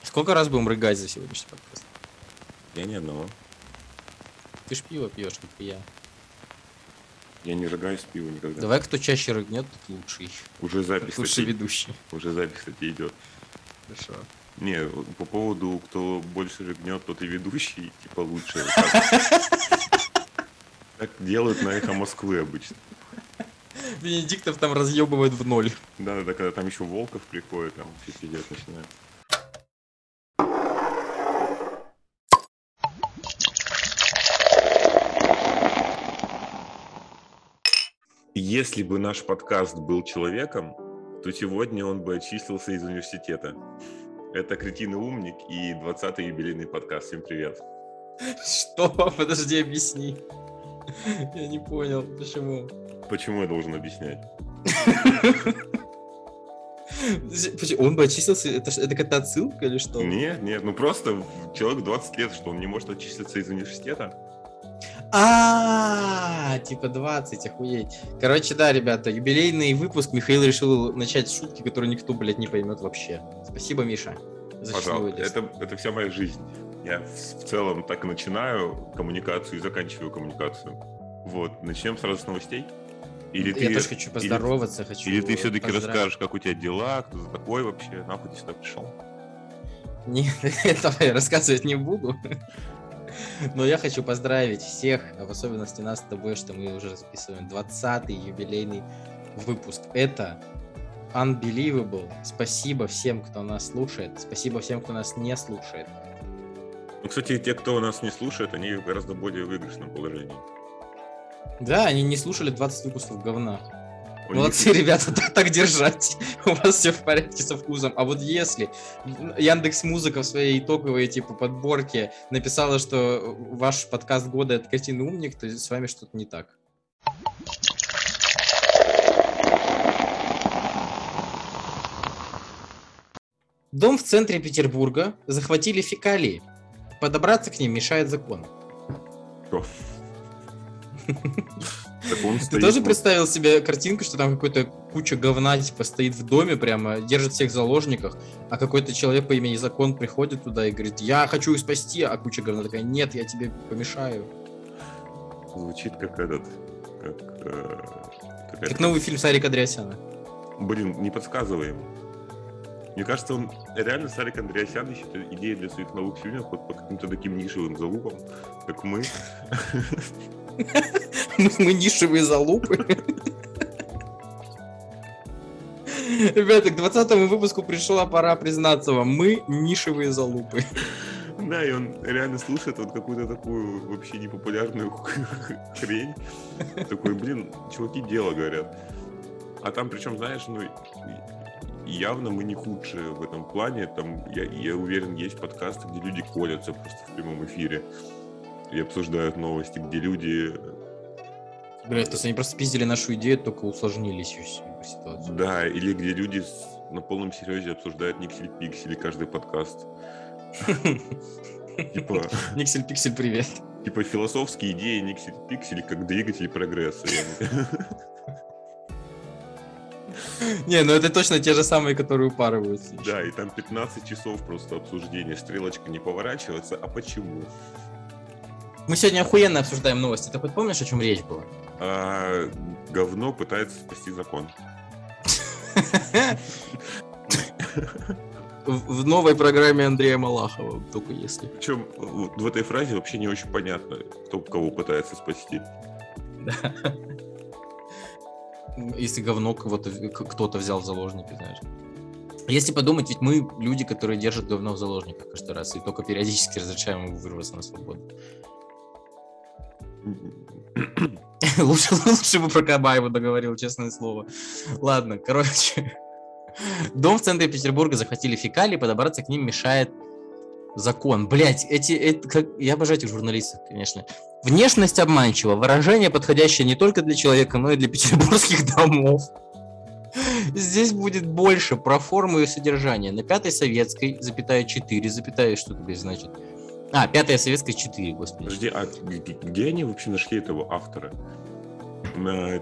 Сколько раз будем рыгать за сегодняшний подкаст? Я ни одного. Ты ж пиво пьешь, как и я. Я не рыгаю с пива никогда. Давай, кто чаще рыгнет, тот лучший. Уже запись, Лучший кстати, ведущий. уже запись, кстати, идет. Хорошо. Не, по поводу, кто больше рыгнет, тот и ведущий, типа лучше. Так делают на Эхо Москвы обычно. Венедиктов там разъебывает в ноль. Да, когда там еще Волков приходит, там все сидят, начинают. Если бы наш подкаст был человеком, то сегодня он бы отчислился из университета. Это «Кретин и умник» и 20-й юбилейный подкаст. Всем привет. Что? Подожди, объясни. Я не понял, почему. Почему я должен объяснять? Он бы отчислился? Это какая-то отсылка или что? Нет, ну просто человек 20 лет, что он не может отчислиться из университета. Типа 20, охуеть. Короче, да, ребята, юбилейный выпуск. Михаил решил начать с шутки, которую никто, блядь, не поймет вообще. Спасибо, Миша. Пожалуйста, это вся моя жизнь. Я в целом так и начинаю коммуникацию и заканчиваю коммуникацию. Вот, начнем сразу с новостей. Я тоже хочу поздороваться, Или ты все-таки расскажешь, как у тебя дела, кто ты такой вообще, нахуй ты сюда пришел? Нет, этого я рассказывать не буду. Но я хочу поздравить всех, в особенности нас с тобой, что мы уже записываем 20-й юбилейный выпуск. Это unbelievable. Спасибо всем, кто нас слушает. Спасибо всем, кто нас не слушает. Ну, кстати, те, кто нас не слушает, они в гораздо более выигрышном положении. Да, они не слушали 20 выпусков говна. Молодцы, ребята, так держать. У вас все в порядке со вкусом. А вот если Яндекс.Музыка в своей итоговой типа подборке написала, что ваш подкаст года — это «Кретин и умник», то с вами что-то не так. Дом в центре Петербурга захватили фекалии. Подобраться к ним мешает закон. Что? Ты тоже представил себе картинку, что там какой-то куча говна типа стоит в доме, прямо держит всех в заложниках, а какой-то человек по имени Закон приходит туда и говорит: я хочу их спасти, а куча говна такая: нет, я тебе помешаю. Звучит как этот... Как новый фильм Сарика Андреасяна. Блин, не подсказывай ему. Мне кажется, он реально, Сарик Андреасян, ищет идеи для своих новых фильмов вот по каким-то таким нишевым залупам, как мы. Мы нишевые залупы. Ребята, к 20-му выпуску пришла пора признаться вам. Мы нишевые залупы. Да, и он реально слушает вот какую-то такую вообще непопулярную хрень. Такой, блин, чуваки дело говорят. А там, причем, знаешь, ну, явно мы не худшие в этом плане. Там, я уверен, есть подкасты, где люди колятся просто в прямом эфире и обсуждают новости, где люди... Блядь, то есть они просто спиздили нашу идею, только усложнили всю ситуацию. Да, или где люди на полном серьезе обсуждают Никсель-Пиксель каждый подкаст. Типа... Никсель-Пиксель, привет. Типа философские идеи Никсель-Пиксель как двигатель прогресса. Не, ну это точно те же самые, которые упарываются. Да, и там 15 часов просто обсуждения, стрелочка не поворачивается. А почему? Мы сегодня охуенно обсуждаем новости. Ты хоть помнишь, о чем речь была? Говно пытается спасти закон. В новой программе Андрея Малахова, только если. Причем в этой фразе вообще не очень понятно, кто кого пытается спасти. Да. Если говно кто-то взял в заложники, знаешь. Если подумать, ведь мы люди, которые держат говно в заложниках каждый раз, и только периодически разрешаем ему вырваться на свободу. Лучше бы про Кабаева договорил, честное слово. Ладно, короче. Дом в центре Петербурга захватили фекалии, подобраться к ним мешает закон. Блять, я обожаю этих журналистов, конечно. Внешность обманчива, выражение подходящее не только для человека, но и для петербургских домов. Здесь будет больше про форму и содержание. На 5-й Советской, 4, что это значит? 5-я Советская, 4, господи. Подожди, а где они вообще нашли этого автора? На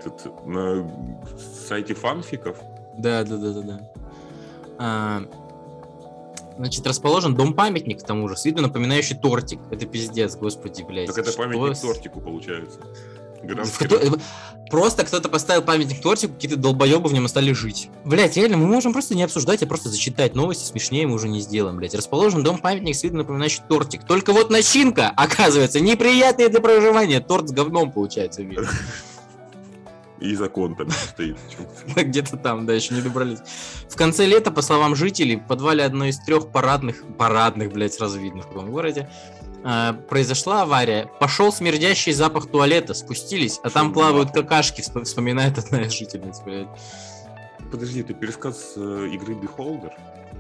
сайте фанфиков? Да. Значит, расположен дом-памятник, к тому же, с виду напоминающий тортик. Это пиздец, господи, блядь. Так это Что памятник с- тортику получается. В Гражданский кото- Просто кто-то поставил памятник тортику, какие-то долбоебы в нем стали жить. Блять, реально, мы можем просто не обсуждать, а просто зачитать новости, смешнее мы уже не сделаем, блять. Расположен дом-памятник с виду напоминающий тортик. Только вот начинка, оказывается, неприятная для проживания. Торт с говном, получается, вид. И закон там стоит. Где-то там, да, еще не добрались. В конце лета, по словам жителей, в подвале одной из 3 парадных, блядь, сразу видно в каком городе, произошла авария. Пошел смердящий запах туалета, спустились, а там Шо, плавают нахуй? какашки, вспоминает одна из жительниц, блядь. Подожди, это пересказ игры Beholder?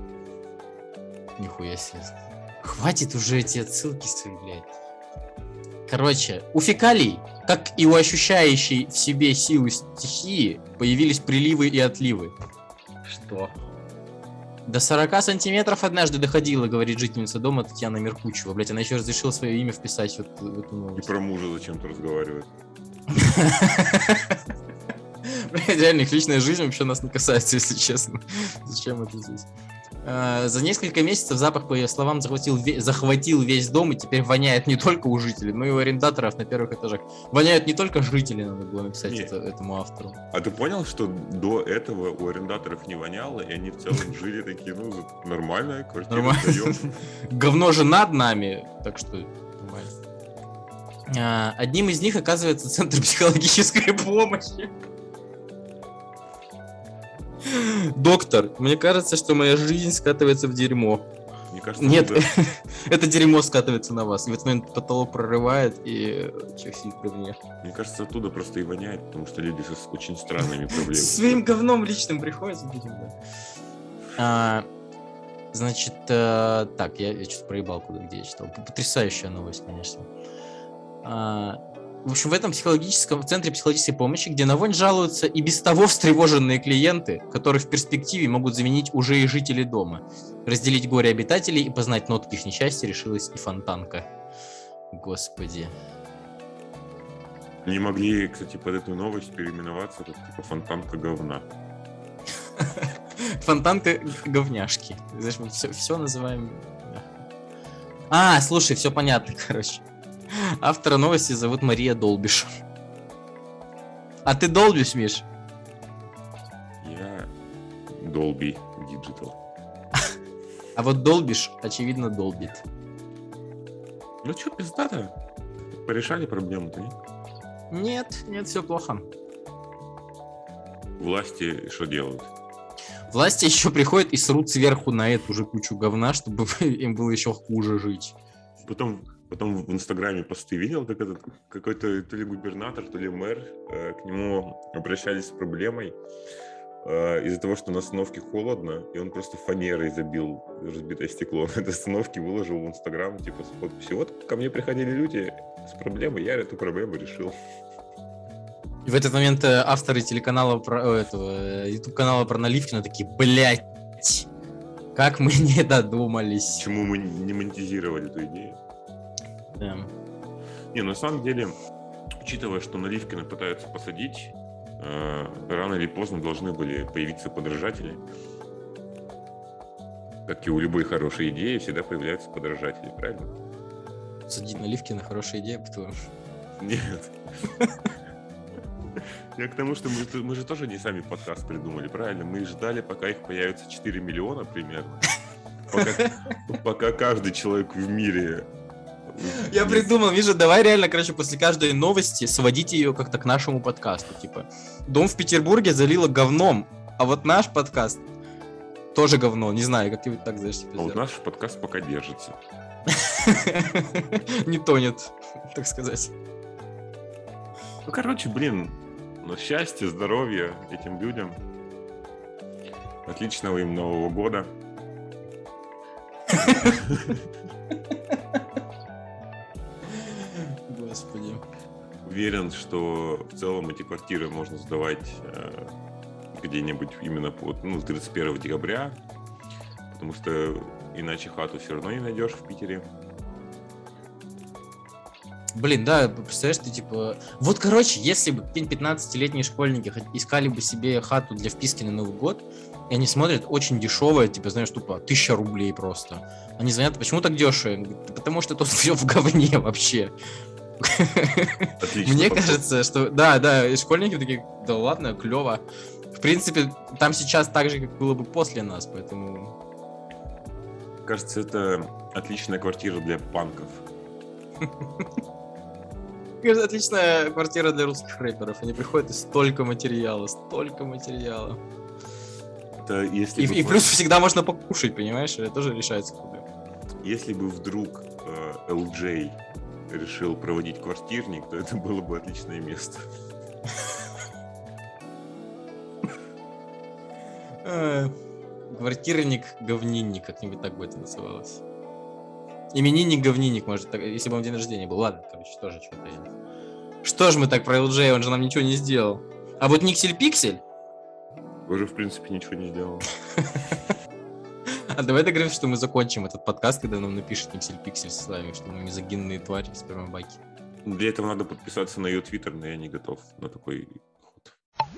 Нихуя себе. Хватит уже эти отсылки свои, блядь. Короче, у фекалий, как и у ощущающей в себе силы стихии, появились приливы и отливы. Что? До 40 сантиметров однажды доходило, говорит жительница дома Татьяна Меркучева. Блять, она еще разрешила свое имя вписать вот в эту И новость. про мужа зачем-то разговаривает. Блять, реально, их личная жизнь вообще нас не касается, если честно. Зачем это здесь? За несколько месяцев запах, по ее словам, захватил весь дом и теперь воняет не только у жителей, но и у арендаторов на первых этажах. Воняют не только жители, надо было написать Нет. этому автору. А ты понял, что до этого у арендаторов не воняло, и они в целом жили такие, ну, нормальная квартира, Нормально. сдаём. Говно же над нами, так что нормально. Одним из них оказывается Центр психологической помощи. Доктор, мне кажется, что моя жизнь скатывается в дерьмо. Мне кажется, Нет, оттуда- это дерьмо скатывается на вас. И в этот момент потолок прорывает, и человек сидит в говне. мне кажется, оттуда просто и воняет, потому что люди с очень странными проблемами. Своим говном личным приходится, видимо, да. Значит, так, я что-то проебал, где я читал. Потрясающая новость, конечно. В общем, в этом центре психологической помощи, где на вонь жалуются и без того встревоженные клиенты, которые в перспективе могут заменить уже и жители дома. Разделить горе обитателей и познать нотки их несчастья решилась и Фонтанка. Господи. Не могли, кстати, под эту новость переименоваться, как типа фонтанка говна. Фонтанка говняшки. Знаешь, мы все называем... слушай, все понятно, короче. Автора новости зовут Мария Долбиш. А ты долбишь, Миш? Я Dolby Digital. А вот долбиш, очевидно, долбит. Ну чё, пиздато? Порешали проблему-то, нет? Нет, все плохо. Власти что делают? Власти еще приходят и срут сверху на эту же кучу говна, чтобы им было еще хуже жить. Потом в Инстаграме посты видел, как этот какой-то то ли губернатор, то ли мэр к нему обращались с проблемой из-за того, что на остановке холодно, и он просто фанерой забил разбитое стекло на этой остановке, выложил в Инстаграм, типа, с подписью. Вот ко мне приходили люди с проблемой, я эту проблему решил. И в этот момент авторы телеканала YouTube-канала про Наливкина такие, блять, как мы не додумались. Почему мы не монетизировали эту идею? Да. Не, на самом деле, учитывая, что Наливкина пытаются посадить, рано или поздно должны были появиться подражатели. Как и у любой хорошей идеи, всегда появляются подражатели, правильно? Садить Наливкина хорошая идея, по-твоему? Нет. Я к тому, что мы же тоже не сами подкаст придумали, правильно? Мы ждали, пока их появится 4 миллиона примерно. Пока каждый человек в мире... Я придумал, Миша, давай реально, короче, после каждой новости сводить ее как-то к нашему подкасту. Типа, дом в Петербурге залило говном, а вот наш подкаст тоже говно. Не знаю, как-нибудь так, знаешь, типа А вот сделать. наш подкаст пока держится. Не тонет, так сказать. Ну, короче, блин, на счастье, здоровья этим людям. Отличного им Нового года. Господи. Уверен, что в целом эти квартиры можно сдавать где-нибудь именно под 31 декабря, потому что иначе хату все равно не найдешь в Питере. Блин, да, представляешь, ты типа... Вот, короче, если бы 15-летние школьники искали бы себе хату для вписки на Новый год, И они смотрят очень дешевое, типа, знаешь, тупо 1000 рублей просто. Они звонят, почему так дешево? Я говорю, потому что тут все в говне вообще. Отлично. Мне кажется, что... Да, и школьники такие, да ладно, клево. В принципе, там сейчас так же, как было бы после нас, поэтому... Кажется, это отличная квартира для панков. Кажется, отличная квартира для русских рэперов. Они приходят и столько материала. Это если И бы плюс всегда можно покушать, понимаешь? Это тоже решается проблема. Если бы вдруг LJ решил проводить квартирник, то это было бы отличное место. Квартирник, говнинник, как-нибудь так бы это называлось. Именинник, говнинник, может, так, если бы он день рождения был. Ладно, короче, тоже что-то я... Что ж мы так про LJ, он же нам ничего не сделал. А вот Никсель Пиксель... Уже, в принципе, ничего не сделал. А давай договоримся, что мы закончим этот подкаст, когда нам напишет Никсель Пиксель с вами, что мы мизогинные твари, спермобаки. Для этого надо подписаться на ее твиттер, но я не готов на такой ход.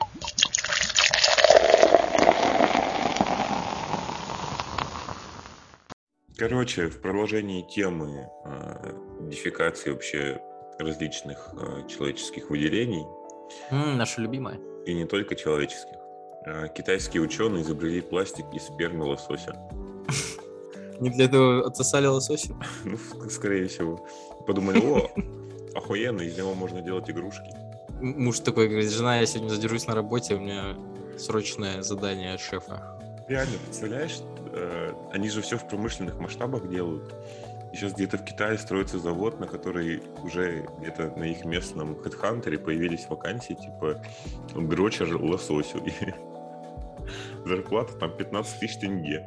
Короче, в продолжении темы дефекации вообще различных человеческих выделений, наша любимая. и не только человеческих, китайские ученые изобрели пластик из спермы лосося. Не для этого отсосали лосося? Ну, скорее всего. Подумали, о, охуенно, из него можно делать игрушки. Муж такой говорит, жена, я сегодня задержусь на работе, у меня срочное задание от шефа. Реально, представляешь, они же все в промышленных масштабах делают. И сейчас где-то в Китае строится завод, на который уже где-то на их местном HeadHunter появились вакансии, типа дрочер лососю. И зарплата там 15 тысяч тенге.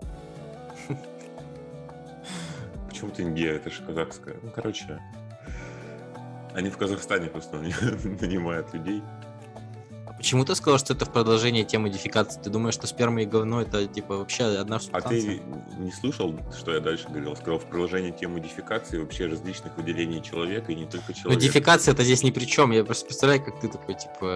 Почему тенге? Это же казахская. Ну, короче, они в Казахстане просто нанимают людей. Почему ты сказал, что это в продолжении темы дефекации? Ты думаешь, что сперма и говно это типа вообще одна субстанция? А ты не слышал, что я дальше говорил? Сказал, в продолжении темы дефекации вообще различных выделений человека и не только человека. Но дефекация это здесь ни при чем. Я просто представляю, как ты такой,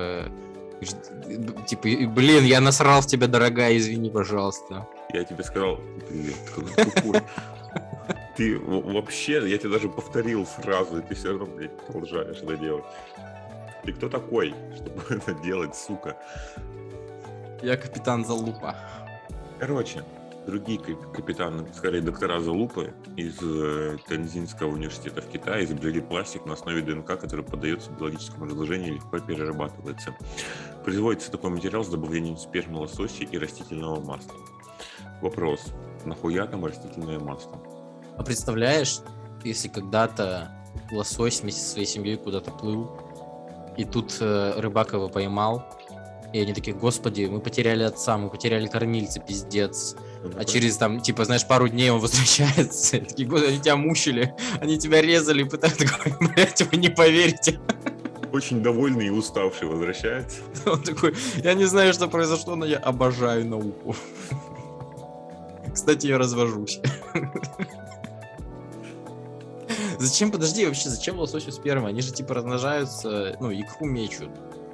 типа, блин, я насрал в тебя, дорогая, извини, пожалуйста. Я тебе сказал, блин, какой тупой. Ты вообще, я тебе даже повторил фразу, и ты все равно, блядь, продолжаешь это делать. Ты кто такой, чтобы это делать, сука? Я капитан Залупа. Короче, другие капитаны, скорее доктора Залупы из Тяньцзинского университета в Китае изобрели пластик на основе ДНК, который поддается биологическому разложению и легко перерабатывается. Производится такой материал с добавлением спермы лосося и растительного масла. Вопрос, нахуя там растительное масло? А представляешь, если когда-то лосось вместе со своей семьей куда-то плыл, и тут рыбак его поймал, и они такие, господи, мы потеряли отца, мы потеряли кормильца, пиздец. А через там, типа, знаешь, пару дней он возвращается, и такие, господи, они тебя мучили, они тебя резали, и пытаются, блядь, вы не поверите. Очень довольный и уставший возвращается. Он такой, я не знаю, что произошло, но я обожаю науку. Кстати, я развожусь. Зачем, подожди, вообще, зачем лососю сперма? Они же типа размножаются, ну, икру мечут.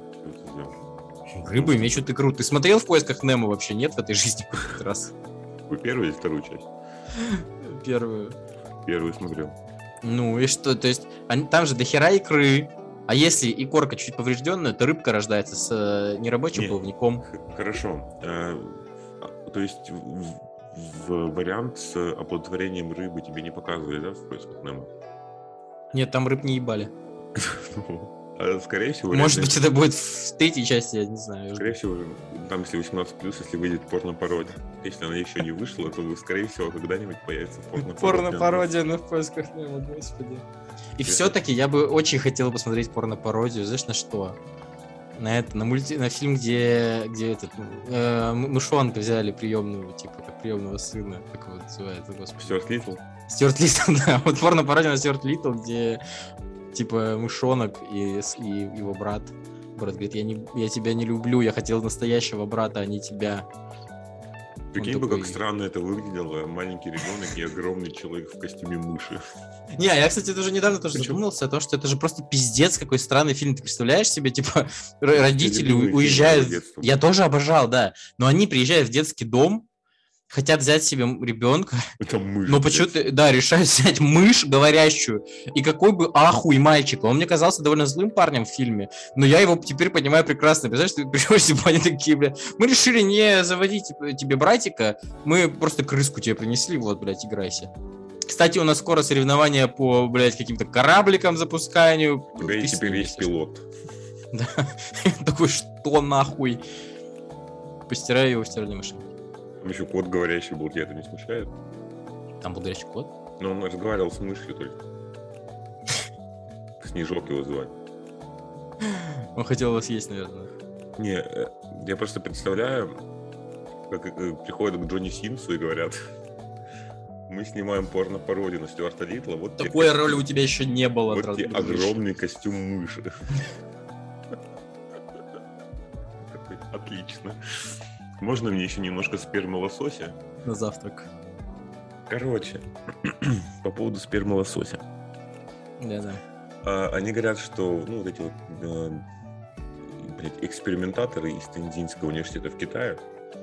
Рыбы мечут икру. Ты смотрел в поисках Немо вообще? Нет в этой жизни хоть раз? Вы первую или вторую часть? Первую. Первую смотрел. Ну и что? То есть там же дохера икры. А если икорка чуть поврежденная, то рыбка рождается с нерабочим плавником. Хорошо. То есть в вариант с оплодотворением рыбы тебе не показывали, да, в поисках Немо? Нет, там рыб не ебали. Скорее всего... Может быть, это будет в третьей части, я не знаю. Скорее всего, там, если 18+, если выйдет порно-пародия. Если она еще не вышла, то, скорее всего, когда-нибудь появится порно-пародия. Порно-пародия на в поисках Немо, господи. И все-таки я бы очень хотел посмотреть порно-пародию. Знаешь, на что? На фильм, где этот мышонка взяли приемную, типа, как приемного сына. Как его называется, господи. Стюарт Литтл? Стюарт Литтл, да. Вот порно-пародия на Стюарт Литтл, где типа мышонок и его брат. Брат говорит, я тебя не люблю, я хотел настоящего брата, а не тебя. Прикинь бы, такой... как странно это выглядело. Маленький ребенок и огромный человек в костюме мыши. Не, я, кстати, тоже недавно тоже задумался о том, что это же просто пиздец, какой странный фильм. Ты представляешь себе, типа, родители любимый уезжают... фильм моего детства. Я тоже обожал, да. Но они приезжают в детский дом, хотят взять себе ребенка, Это мышь. но почему-то, да, решают взять мышь говорящую. И какой бы ахуй мальчик. Он мне казался довольно злым парнем в фильме, но я его теперь понимаю прекрасно. Представляешь, ты приходишь, типа, они такие, бля, мы решили не заводить тебе братика, мы просто крыску тебе принесли, вот, блядь, играйся. Кстати, у нас скоро соревнования по, блядь, каким-то корабликам запусканию. У тебя теперь есть пилот. Да. Такой, что нахуй? Постираю его в стиральной машине. Там еще кот говорящий был, тебя это не смущает? Там был горячий кот? Но он разговаривал с мышью только. Снежок его звали. Он хотел вас есть, наверное. Не, я просто представляю, как приходят к Джонни Синсу и говорят: мы снимаем порно-пародию на Стюарта Литла. Вот такой роли у тебя еще не было. Вот тебе огромный костюм мыши. Отлично. Можно мне еще немножко спермы лосося? На завтрак. Короче, по поводу спермы лосося. Да. Они говорят, что, ну, вот эти вот экспериментаторы из Тензинского университета в Китае,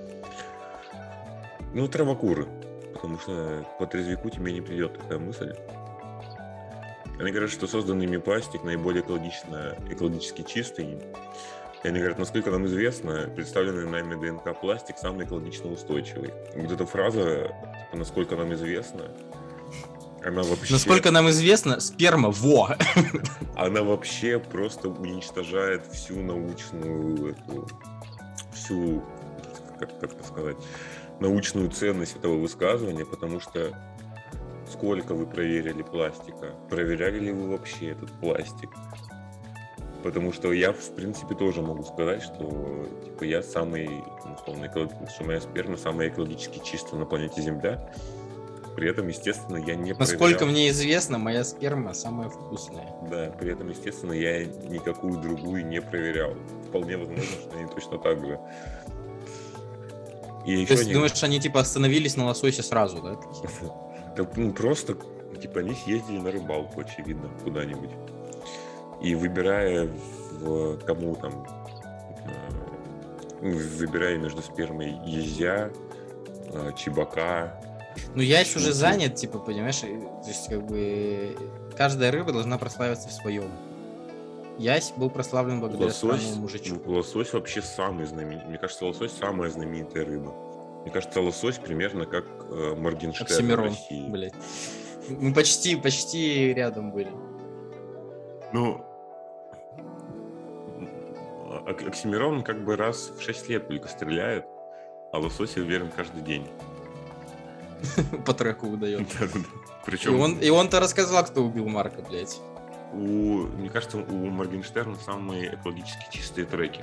ну, травокуры, потому что по трезвику тебе не придет такая мысль. Они говорят, что созданный ими пластик наиболее экологически чистый. И они говорят, насколько нам известно, представленный нами ДНК пластик самый экологично устойчивый. И вот эта фраза, типа, насколько нам известно, она вообще... Насколько нам известно, сперма, во! Она вообще просто уничтожает всю научную, как это сказать, научную ценность этого высказывания, потому что сколько вы проверили пластика? Проверяли ли вы вообще этот пластик? Потому что я, в принципе, тоже могу сказать, что типа я самый, условно, что моя сперма самая экологически чистая на планете Земля. При этом, естественно, я не проверял. Насколько мне известно, моя сперма самая вкусная. Да, при этом, естественно, я никакую другую не проверял. Вполне возможно, что они точно так же. И то есть, ты думаешь, они типа остановились на лососе сразу, да? Да, ну, просто, типа, они съездили на рыбалку, очевидно, куда-нибудь. И выбирая выбирая между спермой езя, чебака. Ну, ящ уже занят, типа, понимаешь, то есть, как бы, каждая рыба должна прославиться в своем. Ясь был прославлен благодаря своему мужичку. Лосось вообще самый знаменитый. Мне кажется, лосось самая знаменитая рыба. Мне кажется, лосось примерно как Моргенштерн в России. Блядь. Мы почти рядом были. Ну, Оксимирон как бы раз в 6 лет только стреляет, а лосось уверен каждый день. По треку выдает. Причем... И он-то рассказал, кто убил Марка, блядь. Мне кажется, у Моргенштерна самые экологически чистые треки.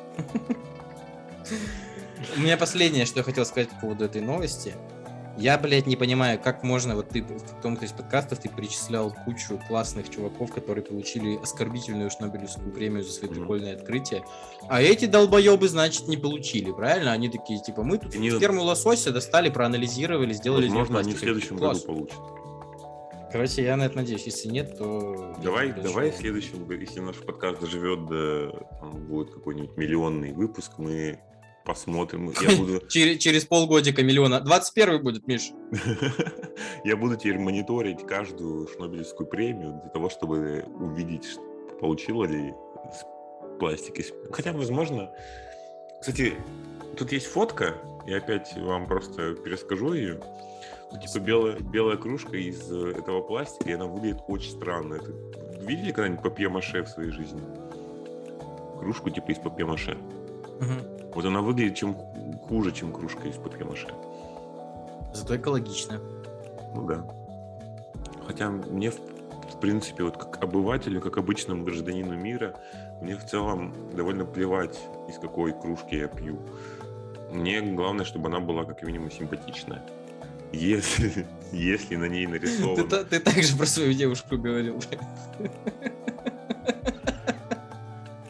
У меня последнее, что я хотел сказать по поводу этой новости. Я, блядь, не понимаю, как можно, вот ты в том-то из подкастов ты перечислял кучу классных чуваков, которые получили оскорбительную Шнобелевскую премию за свои прикольные открытия, а эти долбоебы, значит, не получили, правильно? Они такие, типа, мы тут сперму лосося достали, проанализировали, сделали... Возможно, они в следующем году получат. Короче, я на это надеюсь. Если нет, то... Давай в следующем, если наш подкаст доживет будет какой-нибудь миллионный выпуск, мы посмотрим. Я буду... Через полгодика миллиона. 21-й будет, Миш. Я буду теперь мониторить каждую Шнобелевскую премию для того, чтобы увидеть, получила ли пластик. Хотя, возможно... Кстати, тут есть фотка, я опять вам просто перескажу ее. Типа белая кружка из этого пластика, и она выглядит очень странно. Это... Видели когда-нибудь папье-маше в своей жизни? Кружку типа из папье-маше. Угу. Вот она выглядит хуже, чем кружка из папье-маше. Зато экологично. Ну да. Хотя мне, в принципе, вот как обывателю, как обычному гражданину мира, мне в целом довольно плевать, из какой кружки я пью. Мне главное, чтобы она была как минимум симпатичная. Если на ней нарисован... Ты так же про свою девушку говорил.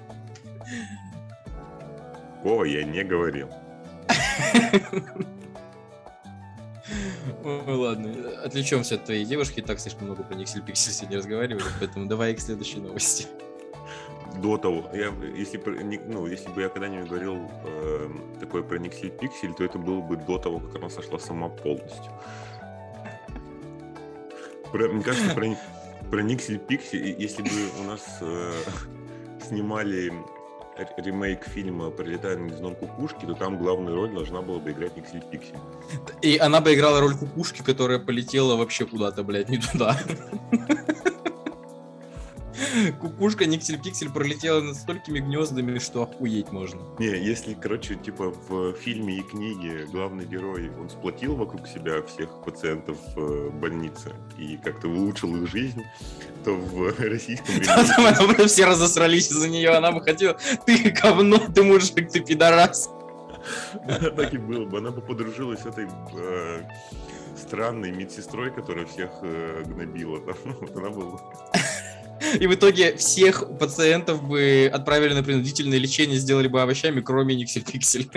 Такого я не говорил. Ой, ладно, отвлечемся от твоей девушки, и так слишком много про Никсель-Пиксель сегодня разговаривали, поэтому давай к следующей новости. До того, если бы я когда-нибудь говорил такое про Никсель-Пиксель, то это было бы до того, как она сошла сама полностью. Мне кажется, про Никсель-Пиксель, если бы у нас снимали ремейк фильма «Пролетая над гнездом кукушки», то там главную роль должна была бы играть Никсель-Пиксель. И она бы играла роль кукушки, которая полетела вообще куда-то, блядь, не туда. Кукушка Никсель-Пиксель пролетела над столькими гнездами, что охуеть можно. Не, если, типа в фильме и книге главный герой, он сплотил вокруг себя всех пациентов больницы и как-то улучшил их жизнь, то в российском ремейке... Все разосрались из-за нее, она бы хотела: ты говно, ты мужик, ты пидорас. Так и было бы, она бы подружилась с этой странной медсестрой, которая всех гнобила. Она была... И в итоге всех пациентов бы отправили на принудительное лечение, сделали бы овощами, кроме Никсель-Пиксель.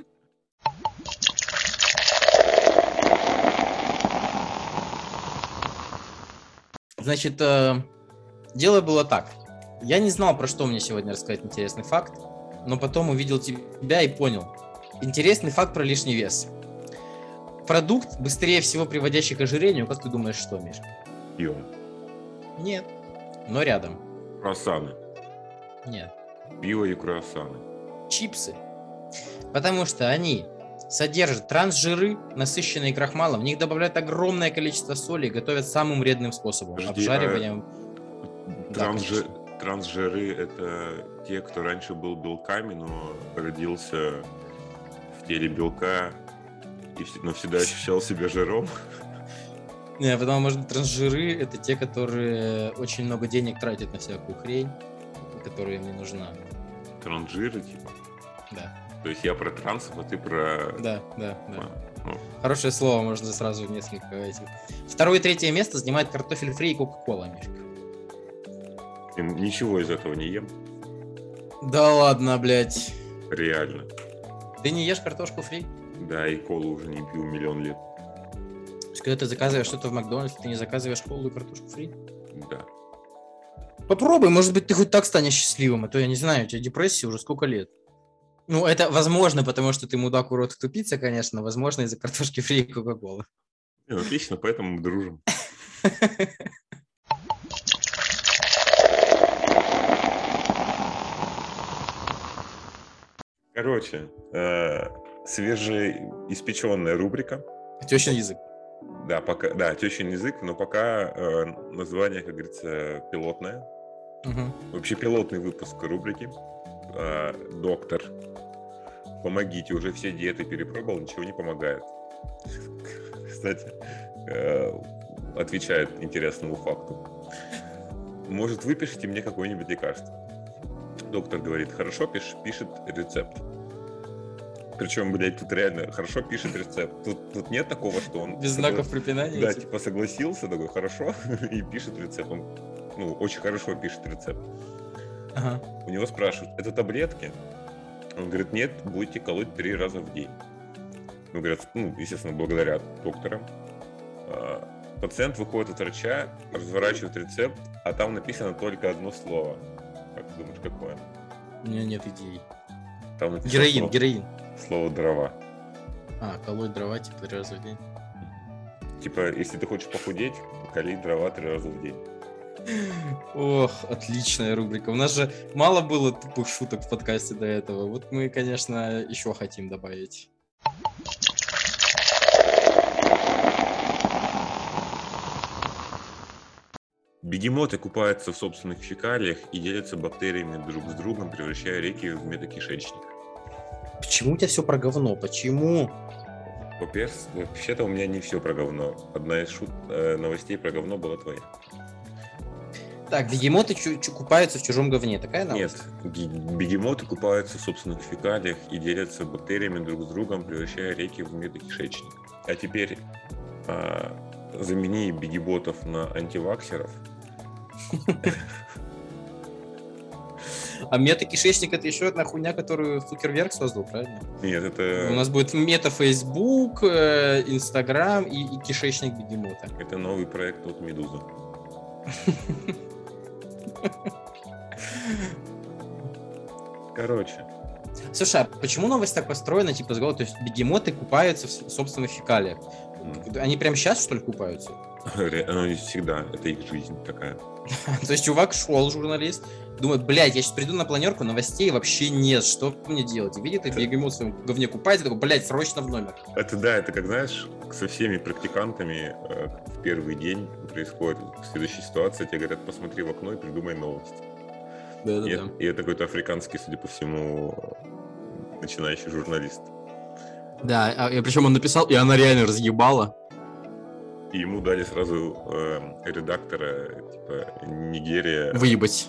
Значит, дело было так. Я не знал, про что мне сегодня рассказать интересный факт, но потом увидел тебя и понял. Интересный факт про лишний вес. Продукт, быстрее всего приводящий к ожирению, как ты думаешь, что, Миша? Пиво. Нет. Но рядом. Круассаны. Нет. Пиво и круассаны. Чипсы. Потому что они содержат трансжиры, насыщенные крахмалом. В них добавляют огромное количество соли и готовят самым вредным способом. Обжариванием. Трансжиры — это те, кто раньше был белками, но родился в теле белка но всегда ощущал себя жиром. Не, потому может трансжиры — это те, которые очень много денег тратят на всякую хрень, которая им не нужна. Трансжиры, типа? Да. То есть я про трансов, а ты про... Да. Хорошее слово, можно сразу несколько этих. Второе и третье место занимает картофель фри и кока-кола, Мишка. Ничего из этого не ем. Да ладно, блядь. Реально. Ты не ешь картошку фри? Да, и колу уже не пью миллион лет. То есть, когда ты заказываешь что-то в Макдональдсе, ты не заказываешь колу и картошку фри? Да. Попробуй, может быть, ты хоть так станешь счастливым, а то я не знаю, у тебя депрессия уже сколько лет. Ну, это возможно, потому что ты мудак, урод, тупица, конечно, возможно, из-за картошки фри и кока-колы. Отлично, поэтому мы дружим. Короче, свежеиспеченная рубрика. Тещин язык. Да, тещин язык, но пока название, как говорится, пилотное. Угу. Вообще пилотный выпуск рубрики. Доктор, помогите, уже все диеты перепробовал, ничего не помогает. Кстати, отвечает интересному факту. Может, выпишите мне какое-нибудь лекарство? Доктор говорит: хорошо, пишет рецепт. Причем, блядь, тут реально хорошо пишет рецепт. Тут нет такого, что он... Без знаков препинания? Да, типа согласился, такой, хорошо, и пишет рецепт. Он, очень хорошо пишет рецепт. Ага. У него спрашивают: это таблетки? Он говорит: нет, будете колоть 3 раза в день. Ну, говорят, естественно, благодарят докторам. Пациент выходит от врача, разворачивает рецепт, а там написано только одно слово. Как ты думаешь, какое? У меня нет идей. Там Героин. Слово дрова. Колоть дрова, типа 3 раза в день. Типа, если ты хочешь похудеть, коли дрова 3 раза в день. Ох, отличная рубрика. У нас же мало было тупых шуток в подкасте до этого. Вот мы, конечно, еще хотим добавить. Бегемоты купаются в собственных фекалиях и делятся бактериями друг с другом, превращая реки в метакишечник. Почему у тебя все про говно? Почему? Вообще-то у меня не все про говно. Одна из новостей про говно была твоя. Так, бегемоты купаются в чужом говне, такая новость? Нет, бегемоты купаются в собственных фекалиях и делятся бактериями друг с другом, превращая реки в метакишечник. А теперь замени бегемотов на антиваксеров. А мета-кишечник — это еще одна хуйня, которую Цукерберг создал, правильно? Нет, это... У нас будет мета-фейсбук, Инстаграм и кишечник бегемота. Это новый проект от Медузы. Короче. Слушай, а почему новость так построена, типа, то есть бегемоты купаются в собственных фекалиях? Они прямо сейчас, что ли, купаются? Ну, всегда, это их жизнь такая. То есть чувак шел, журналист, думает, блядь, я сейчас приду на планерку, новостей вообще нет, что мне делать? И видит, как бегемот в своем говне купается, такой, блядь, срочно в номер. Это да, это как, знаешь, со всеми практикантами в первый день происходит следующая ситуация, тебе говорят, посмотри в окно и придумай новость. Да-да-да. И это какой-то африканский, судя по всему, начинающий журналист. Да, причем он написал, и она реально разъебала. И ему дали сразу редактора, типа, Нигерия. Выебать.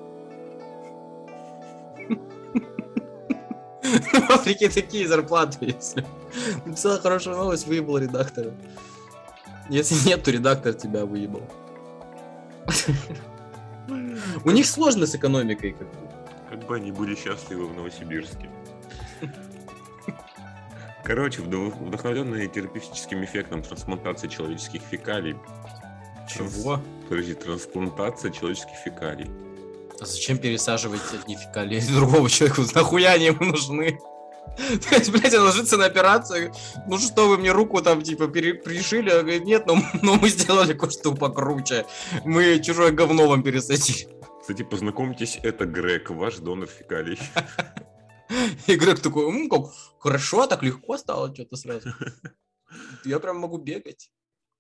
В Африке такие зарплаты, если написала хорошую новость, выебал редактора. Если нет, то редактор тебя выебал. У них сложно с экономикой. Как бы они были счастливы в Новосибирске. Короче, вдохновленные терапевтическим эффектом трансплантации человеческих фекалий. Чего? Подожди, трансплантация человеческих фекалий. А зачем пересаживать одни фекалии другого человека? Нахуя они ему нужны? То есть, блядь, он ложится на операцию. Ну что, вы мне руку там, типа, пришили? А говорит, нет, но мы сделали кое-что покруче. Мы чужое говно вам пересадили. Кстати, познакомьтесь, это Грег, ваш донор фекалий. И Грег такой, как хорошо, так легко стало что-то сразу. Я прям могу бегать.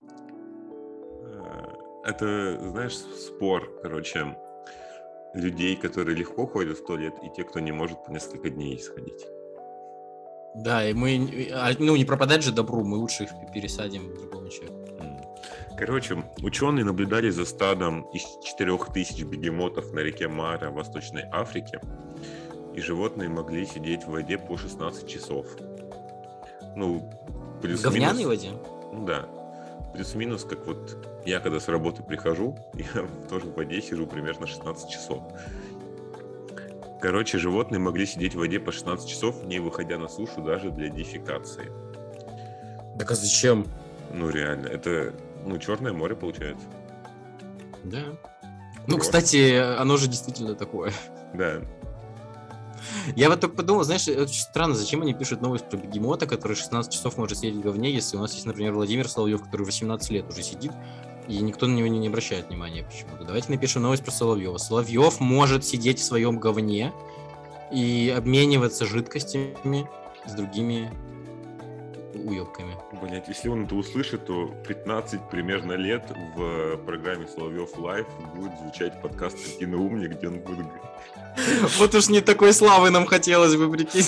Это, знаешь, спор, короче, людей, которые легко ходят в туалет, и те, кто не может по несколько дней сходить. Да, и мы, не пропадать же добру, мы лучше их пересадим другому человеку. Короче, ученые наблюдали за стадом из 4000 бегемотов на реке Мара в Восточной Африке, и животные могли сидеть в воде по 16 часов. Ну, в говняной воде? Ну да. Плюс-минус, как вот я когда с работы прихожу, я тоже в воде сижу примерно 16 часов. Короче, животные могли сидеть в воде по 16 часов, не выходя на сушу даже для дефекации. Так а зачем? Ну реально, это, Черное море получается. Да. Ну, кстати, оно же действительно такое. Да. Я вот только подумал, знаешь, очень странно, зачем они пишут новость про бегемота, который 16 часов может сидеть в говне, если у нас есть, например, Владимир Соловьев, который 18 лет уже сидит, и никто на него не обращает внимания почему-то. Давайте напишем новость про Соловьева. Соловьев может сидеть в своем говне и обмениваться жидкостями с другими уебками. Блять, если он это услышит, то 15 примерно лет в программе Соловьев Лайв будет звучать подкаст «Киноумник», где он будет говорить. Вот уж не такой славы нам хотелось бы, прикинь.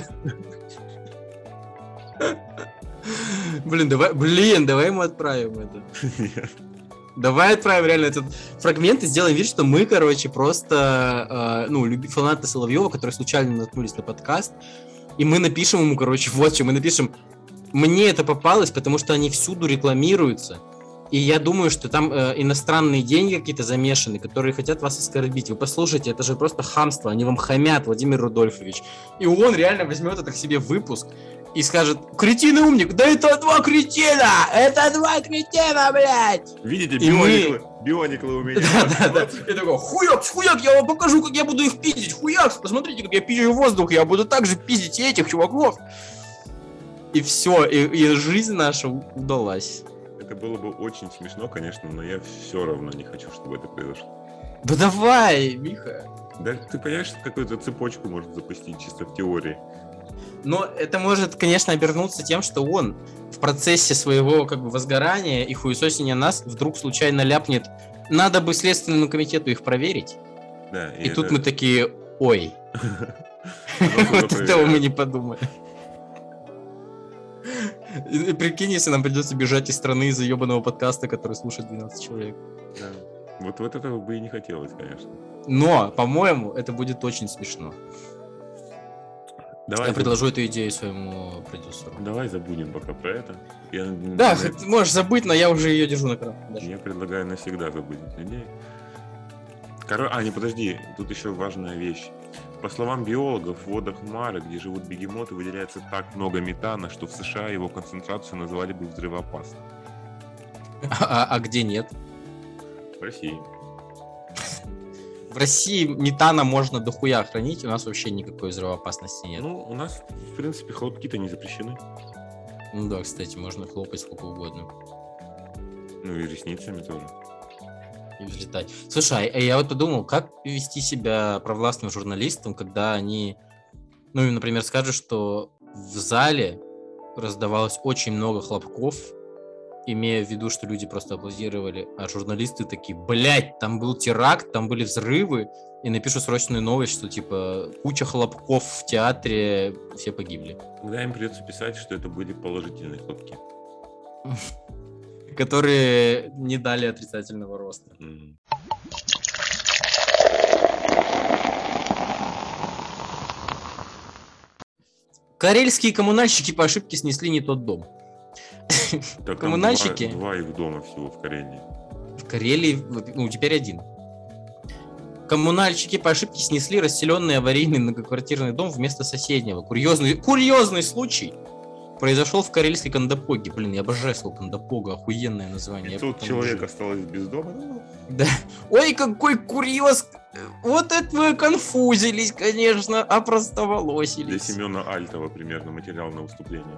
Давай ему отправим это. Давай отправим реально этот фрагмент и сделаем вид, что мы, короче, просто фанаты Соловьева, которые случайно наткнулись на подкаст, и мы напишем ему, короче, вот что, мы напишем: мне это попалось, потому что они всюду рекламируются. И я думаю, что там иностранные деньги какие-то замешаны, которые хотят вас оскорбить. Вы послушайте, это же просто хамство. Они вам хамят, Владимир Рудольфович. И он реально возьмет это к себе в выпуск и скажет: кретин и умник. Да это два кретина! Это два кретина, блядь! Видите, биониклы у меня. Да. Я такой: хуяк, я вам покажу, как я буду их пиздить. Хуяк, посмотрите, как я пизжу воздух. Я буду также пиздить этих чуваков. И все, и жизнь наша удалась. Это было бы очень смешно, конечно, но я все равно не хочу, чтобы это произошло. Да давай, Миха. Да ты понимаешь, что какую-то цепочку может запустить чисто в теории. Но это может, конечно, обернуться тем, что он в процессе своего возгорания и хуесосения нас вдруг случайно ляпнет: надо бы Следственному комитету их проверить. Да, и тут мы такие: ой. Вот этого мы не подумали. И прикинь, если нам придется бежать из страны из-за ебаного подкаста, который слушает 12 человек. Да. Вот этого бы и не хотелось, конечно. Но, по-моему, это будет очень смешно. Я предложу эту идею своему продюсеру. Давай забудем пока про это. Да, можешь забыть, но я уже ее держу на краю. Я предлагаю навсегда забыть эту идею. Не, подожди, тут еще важная вещь. По словам биологов, в водах Мара, где живут бегемоты, выделяется так много метана, что в США его концентрацию назвали бы взрывоопасной. А где нет? В России. В России метана можно дохуя хранить, у нас вообще никакой взрывоопасности нет. Ну, у нас, в принципе, хлопки-то не запрещены. Ну да, кстати, можно хлопать сколько угодно. Ну и ресницами тоже. И взлетать. Слушай, а я вот подумал, как вести себя провластным журналистам, когда они, ну, например, скажут, что в зале раздавалось очень много хлопков, имея в виду, что люди просто аплодировали, а журналисты такие, блядь, там был теракт, там были взрывы, и напишут срочную новость, что, типа, куча хлопков в театре, все погибли. Тогда им придется писать, что это были положительные хлопки. Которые не дали отрицательного роста. Карельские коммунальщики по ошибке снесли не тот дом. Так Коммунальщики? Два их дома всего в Карелии. В Карелии, ну, теперь один. Коммунальщики по ошибке снесли расселенный аварийный многоквартирный дом вместо соседнего. Курьезный случай произошел в карельской Кандапоге. Блин, я обожаю слово Кандапога, охуенное название. 500 человек осталось без дома. Да. Ой, какой курьез! Вот это вы конфузились, конечно, опростоволосились. Для Семена Альтова примерно материал на выступление.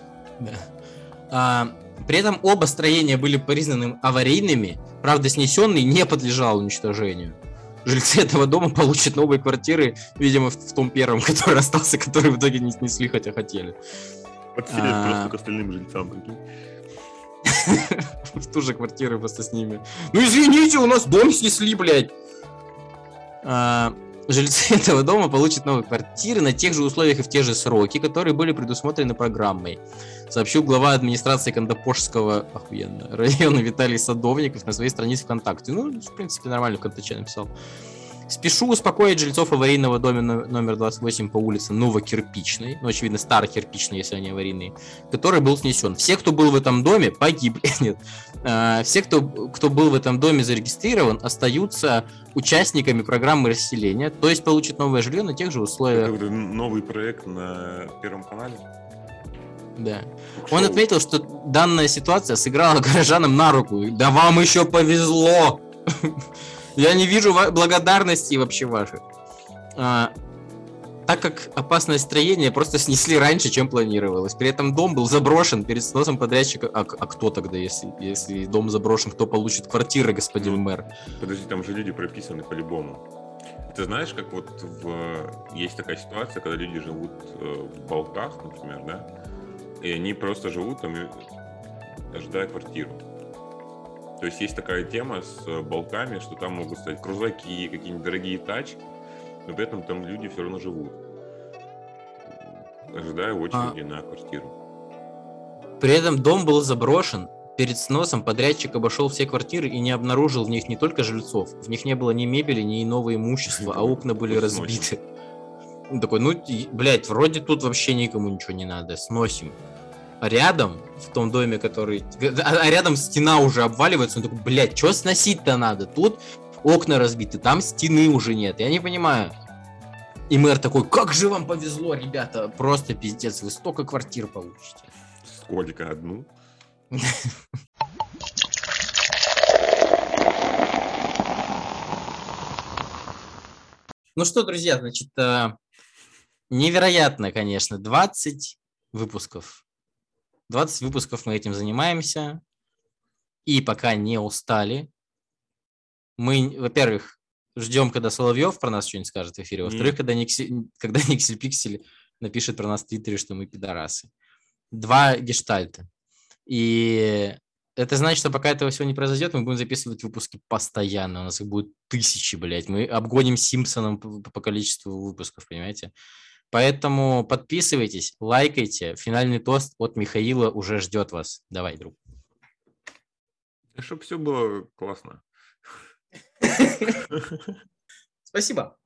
Да. При этом оба строения были признаны аварийными, правда, снесенный не подлежал уничтожению. Жильцы этого дома получат новые квартиры, видимо, в том первом, который остался, который в итоге не снесли, хотя хотели. Подселят просто к остальным жильцам, прикинь. В ту же квартиру просто с ними. Ну извините, у нас дом снесли, блядь. Жильцы этого дома получат новые квартиры на тех же условиях и в те же сроки, которые были предусмотрены программой, сообщил глава администрации Кандапожского района Виталий Садовников на своей странице ВКонтакте. Ну, в принципе, нормально в ВКонтакте написал. Спешу успокоить жильцов аварийного дома номер 28 по улице Новокирпичной, ну, очевидно, Старокирпичной, если они аварийные, который был снесен. Все, кто был в этом доме, погибли. Нет. Все, кто был в этом доме зарегистрирован, остаются участниками программы расселения, то есть получат новое жилье на тех же условиях. Это новый проект на Первом канале? Да. Он отметил, что данная ситуация сыграла горожанам на руку. Да вам еще повезло! Я не вижу благодарности вообще вашей. Так как опасное строение просто снесли раньше, чем планировалось. При этом дом был заброшен перед сносом подрядчика. А кто тогда, если дом заброшен, кто получит квартиры, господин мэр? Подожди, там же люди прописаны по-любому. Ты знаешь, как вот есть такая ситуация, когда люди живут в Болтах, например, да? И они просто живут там, ожидая квартиру. То есть есть такая тема с Болтами, что там могут стоять крузаки, какие-нибудь дорогие тачки, но при этом там люди все равно живут, ожидая очереди на квартиру. При этом дом был заброшен. Перед сносом подрядчик обошел все квартиры и не обнаружил в них не только жильцов, в них не было ни мебели, ни иного имущества, а окна были разбиты. Он такой, блядь, вроде тут вообще никому ничего не надо, сносим. А рядом, в том доме, а рядом стена уже обваливается, он такой, блядь, что сносить-то надо? Тут окна разбиты, там стены уже нет, я не понимаю. И мэр такой, как же вам повезло, ребята, просто пиздец, вы столько квартир получите. Сколько? Одну? Ну что, друзья, значит, невероятно, конечно, 20 выпусков. 20 выпусков мы этим занимаемся. И пока не устали. Мы, во-первых, ждем, когда Соловьев про нас что-нибудь скажет в эфире. Во-вторых, когда Никсель Пиксель напишет про нас в Твиттере, что мы пидорасы. 2 гештальта. И это значит, что пока этого всего не произойдет, мы будем записывать выпуски постоянно. У нас их будет 1000, блядь. Мы обгоним Симпсоном по количеству выпусков, понимаете? Поэтому подписывайтесь, лайкайте. Финальный тост от Михаила уже ждет вас. Давай, друг. Чтобы все было классно. Спасибо.